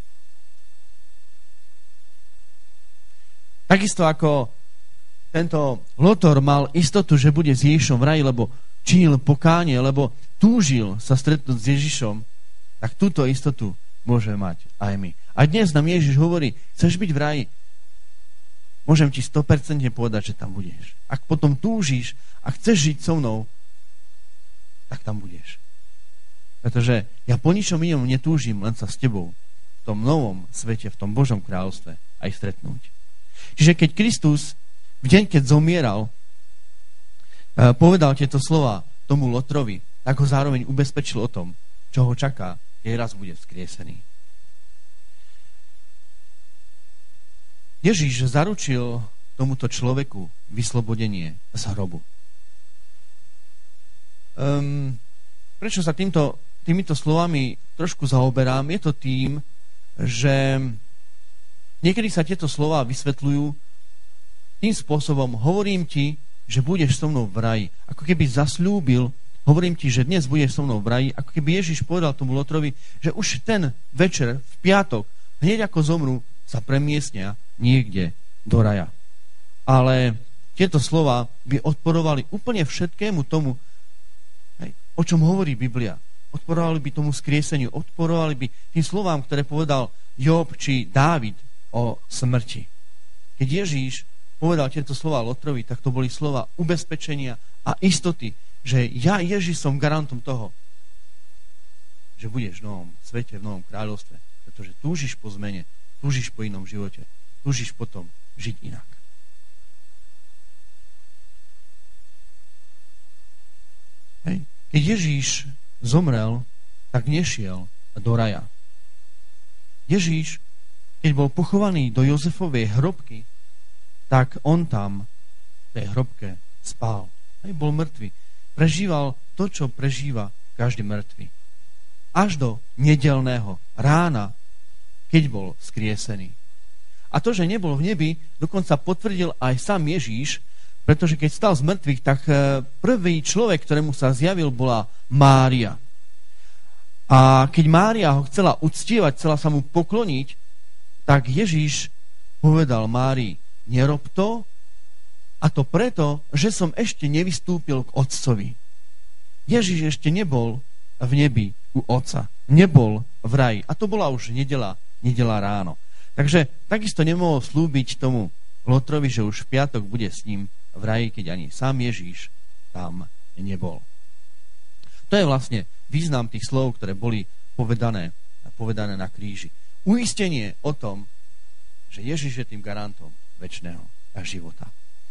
Takisto ako tento lotor mal istotu, že bude s Ježišom v raji, lebo činil pokánie, lebo túžil sa stretnúť s Ježišom, tak túto istotu môžeme mať aj my. A dnes nám Ježiš hovorí: chceš byť v raji? Môžem ti 100% povedať, že tam budeš. Ak potom túžiš a chceš žiť so mnou, tak tam budeš. Pretože ja po ničom inom netúžim, len sa s tebou v tom novom svete, v tom Božom kráľovstve aj stretnúť. Čiže keď Kristus v deň, keď zomieral, povedal tieto slova tomu lotrovi, tak ho zároveň ubezpečil o tom, čo ho čaká, keď raz bude vzkriesený. Ježiš zaručil tomuto človeku vyslobodenie z hrobu. Prečo sa týmito slovami trošku zaoberám? Je to tým, že niekedy sa tieto slová vysvetľujú tým spôsobom: hovorím ti, že budeš so mnou v raji. Ako keby zasľúbil, hovorím ti, že dnes budeš so mnou v raji. Ako keby Ježiš povedal tomu lotrovi, že už ten večer, v piatok, hneď ako zomrú, sa premiestnia niekde do raja. Ale tieto slova by odporovali úplne všetkému tomu, o čom hovorí Biblia. Odporovali by tomu skrieseniu, odporovali by tým slovám, ktoré povedal Job či Dávid o smrti. Keď Ježíš povedal tieto slova lotrovi, tak to boli slova ubezpečenia a istoty, že ja, Ježiš, som garantom toho, že budeš v novom svete, v novom kráľovstve, pretože túžiš po zmene, túžiš po inom živote, túžiš potom žiť inak. Hej. Keď Ježíš zomrel, tak nešiel do raja. Ježíš, keď bol pochovaný do Jozefovej hrobky, tak on tam v tej hrobke spal. Hej, bol mŕtvy. Prežíval to, čo prežíva každý mŕtvy. Až do nedeľného rána, keď bol skriesený. A to, že nebol v nebi, dokonca potvrdil aj sám Ježíš, pretože keď stal z mŕtvych, tak prvý človek, ktorému sa zjavil, bola Mária. A keď Mária ho chcela uctievať, chcela sa mu pokloniť, tak Ježíš povedal Márii: nerob to, a to preto, že som ešte nevystúpil k Otcovi. Ježíš ešte nebol v nebi u Otca. Nebol v raji. A to bola už nedeľa ráno. Takže takisto nemohol slúbiť tomu lotrovi, že už v piatok bude s ním v raji, keď ani sám Ježíš tam nebol. To je vlastne význam tých slov, ktoré boli povedané na kríži. Uistenie o tom, že Ježíš je tým garantom večného života.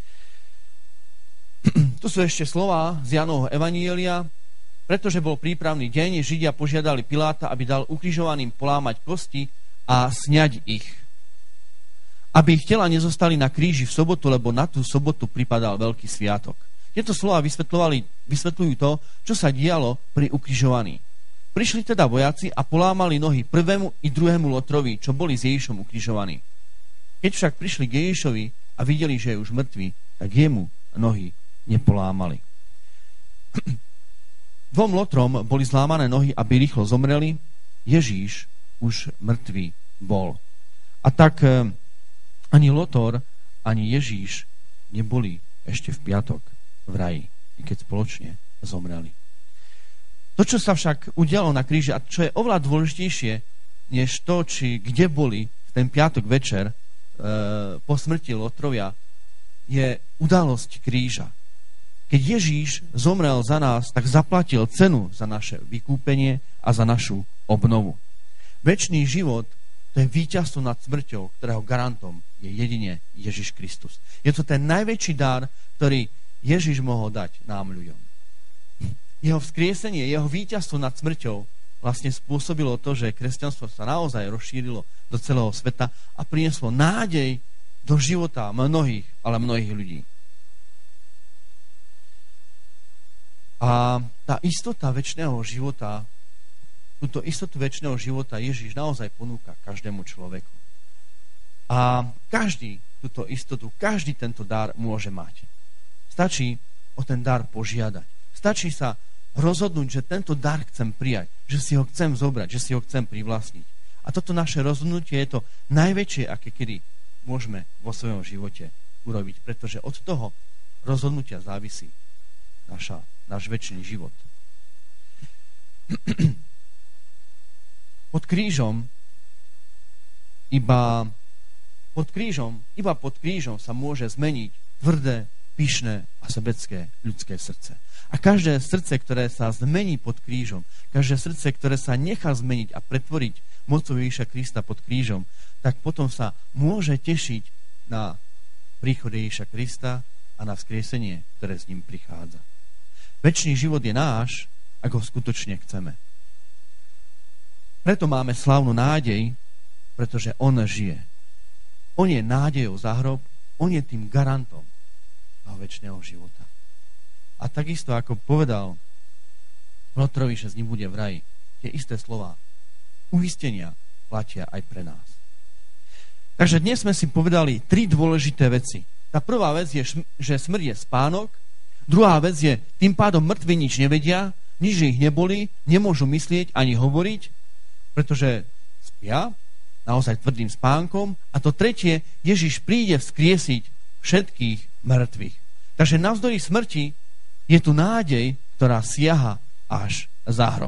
Tu sú ešte slova z Jánovho evanjelia. Pretože bol prípravný deň, Židia požiadali Piláta, aby dal ukrižovaným polámať kosti a sňať ich. Aby ich tela nezostali na kríži v sobotu, lebo na tú sobotu pripadal veľký sviatok. Tieto slova vysvetľujú to, čo sa dialo pri ukrižovaní. Prišli teda vojaci a polámali nohy prvému i druhému lotrovi, čo boli s Ježišom ukrižovaní. Keď však prišli k Ježišovi a videli, že je už mŕtvy, tak jemu nohy nepolámali. Dvom lotrom boli zlámané nohy, aby rýchlo zomreli. Ježíš už mŕtvý bol. A tak ani lotor, ani Ježíš neboli ešte v piatok v raji, i keď spoločne zomreli. To, čo sa však udialo na kríži, a čo je oveľa dôležitejšie, než to, či kde boli v ten piatok večer po smrti lotrovia, je udalosť kríža. Keď Ježíš zomrel za nás, tak zaplatil cenu za naše vykúpenie a za našu obnovu. Večný život, to je víťazstvo nad smrťou, ktorého garantom je jedine Ježiš Kristus. Je to ten najväčší dar, ktorý Ježiš mohol dať nám ľuďom. Jeho vzkriesenie, jeho víťazstvo nad smrťou vlastne spôsobilo to, že kresťanstvo sa naozaj rozšírilo do celého sveta a prinieslo nádej do života mnohých, ale mnohých ľudí. A tá istota večného života, túto istotu večného života Ježiš naozaj ponúka každému človeku. A každý túto istotu, každý tento dar môže mať. Stačí o ten dar požiadať. Stačí sa rozhodnúť, že tento dar chcem prijať, že si ho chcem zobrať, že si ho chcem privlastniť. A toto naše rozhodnutie je to najväčšie, aké kedy môžeme vo svojom živote urobiť, pretože od toho rozhodnutia závisí náš večný život. Pod krížom pod krížom sa môže zmeniť tvrdé, pyšné a sebecké ľudské srdce. A každé srdce, ktoré sa zmení pod krížom, každé srdce, ktoré sa nechá zmeniť a pretvoriť mocou Ježiša Krista pod krížom, tak potom sa môže tešiť na príchod Ježiša Krista a na vzkriesenie, ktoré s ním prichádza. Večný život je náš, ak ho skutočne chceme. Preto máme slávnu nádej, pretože on žije. On je nádejou za hrob, on je tým garantom toho večného života. A takisto, ako povedal Lotrovi, že z ním bude v raji, tie isté slová, uistenia platia aj pre nás. Takže dnes sme si povedali 3 dôležité veci. Tá prvá vec je, že smrť je spánok, druhá vec je, tým pádom mŕtvi nič nevedia, nič ich neboli, nemôžu myslieť ani hovoriť, pretože spia naozaj tvrdým spánkom. A to tretie, Ježiš príde vzkriesiť všetkých mŕtvych. Takže navzdory smrti je tu nádej, ktorá siaha až za hrob.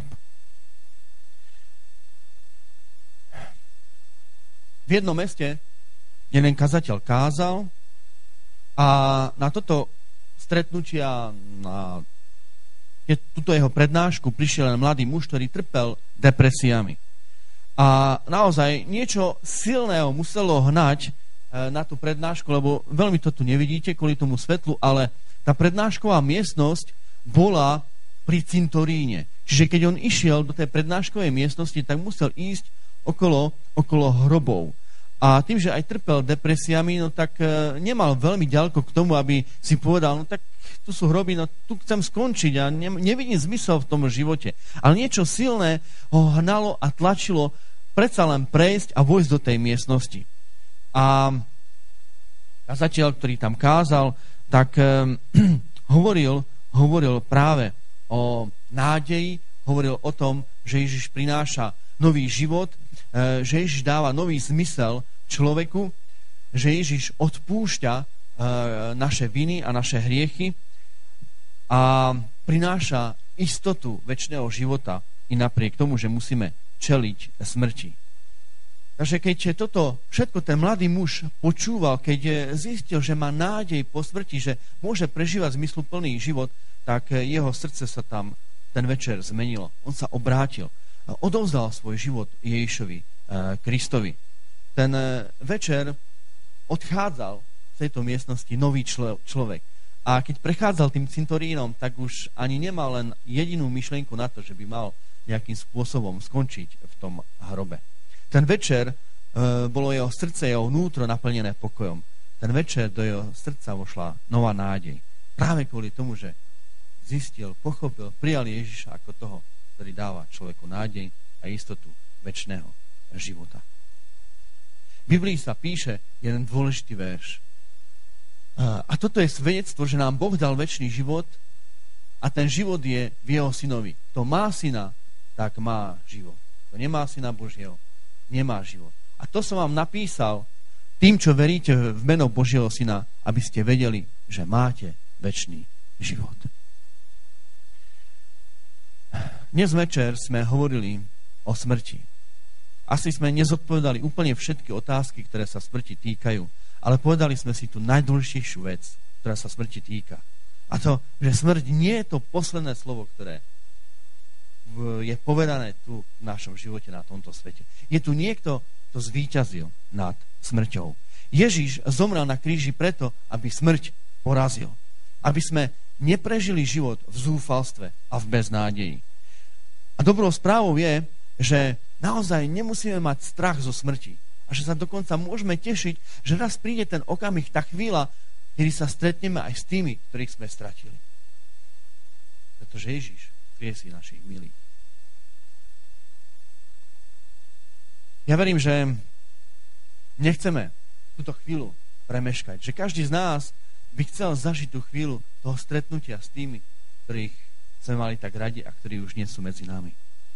V jednom meste jeden kazateľ kázal a na toto stretnutia, na túto jeho prednášku prišiel len mladý muž, ktorý trpel depresiami. A naozaj niečo silného muselo hnať na tú prednášku, lebo veľmi to tu nevidíte kvôli tomu svetlu, ale tá prednášková miestnosť bola pri cintoríne. Čiže keď on išiel do tej prednáškovej miestnosti, tak musel ísť okolo hrobov. A tým, že aj trpel depresiami, no tak nemal veľmi ďaleko k tomu, aby si povedal, no tak tu sú hroby, no tu chcem skončiť a nevidím zmysel v tom živote. Ale niečo silné ho hnalo a tlačilo predsa len prejsť a vojsť do tej miestnosti. A kazateľ, ktorý tam kázal, tak hovoril práve o nádeji, hovoril o tom, že Ježiš prináša nový život, že Ježiš dáva nový zmysel človeku, že Ježiš odpúšťa naše viny a naše hriechy a prináša istotu večného života i napriek tomu, že musíme čeliť smrti. Takže keď všetko ten mladý muž počúval, keď zistil, že má nádej po smrti, že môže prežívať zmysluplný život, tak jeho srdce sa tam ten večer zmenilo. On sa obrátil. Odovzdal svoj život Ježišovi Kristovi. Ten večer odchádzal z tejto miestnosti nový človek. A keď prechádzal tým cintorínom, tak už ani nemal len jedinú myšlienku na to, že by mal nejakým spôsobom skončiť v tom hrobe. Ten večer bolo jeho srdce, jeho vnútro naplnené pokojom. Ten večer do jeho srdca vošla nová nádej. Práve kvôli tomu, že zistil, pochopil, prijal Ježiša ako toho, ktorý dáva človeku nádej a istotu večného života. V Biblii sa píše jeden dôležitý verš. A toto je svedectvo, že nám Boh dal večný život a ten život je v jeho synovi. Kto má syna, tak má život. Kto nemá syna Božieho, nemá život. A to som vám napísal tým, čo veríte v meno Božieho syna, aby ste vedeli, že máte večný život. Dnes večer sme hovorili o smrti. Asi sme nezodpovedali úplne všetky otázky, ktoré sa smrti týkajú, ale povedali sme si tú najdôležitejšiu vec, ktorá sa smrti týka. A to, že smrť nie je to posledné slovo, ktoré je povedané tu v našom živote, na tomto svete. Je tu niekto, kto zvíťazil nad smrťou. Ježiš zomrel na kríži preto, aby smrť porazil. Aby sme neprežili život v zúfalstve a v beznádeji. A dobrou správou je, že naozaj nemusíme mať strach zo smrti. A že sa dokonca môžeme tešiť, že raz príde ten okamih, tá chvíľa, kedy sa stretneme aj s tými, ktorých sme stratili. Pretože Ježiš kriesí našich milých. Ja verím, že nechceme túto chvíľu premeškať. Že každý z nás by chcel zažiť tú chvíľu toho stretnutia s tými, ktorých sme mali tak radi a ktorí už nie sú medzi nami.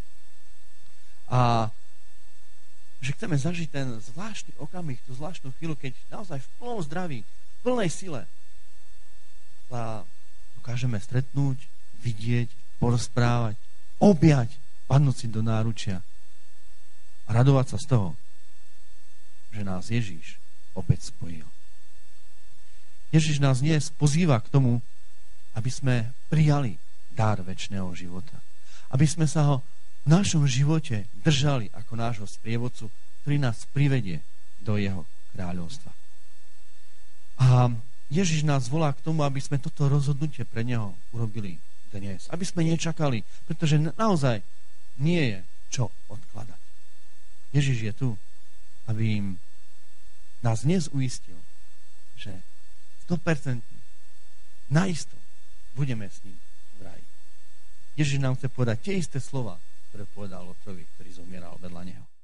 A že chceme zažiť ten zvláštny okamih, tú zvláštnu chvíľu, keď naozaj v plnom zdraví, v plnej sile sa dokážeme stretnúť, vidieť, porozprávať, objať, padnúť si do náručia a radovať sa z toho, že nás Ježiš opäť spojil. Ježiš nás dnes pozýva k tomu, aby sme prijali dar večného života. Aby sme sa ho v našom živote držali ako nášho sprievodcu, ktorý nás privedie do jeho kráľovstva. A Ježiš nás volá k tomu, aby sme toto rozhodnutie pre neho urobili dnes. Aby sme nečakali, pretože naozaj nie je čo odkladať. Ježiš je tu, aby nás dnes uistil, že 100% naisto budeme s ním v raji. Ježiš nám chce povedať tie isté slova, ktoré povedal Lotrovi, ktorý zomieral vedľa neho.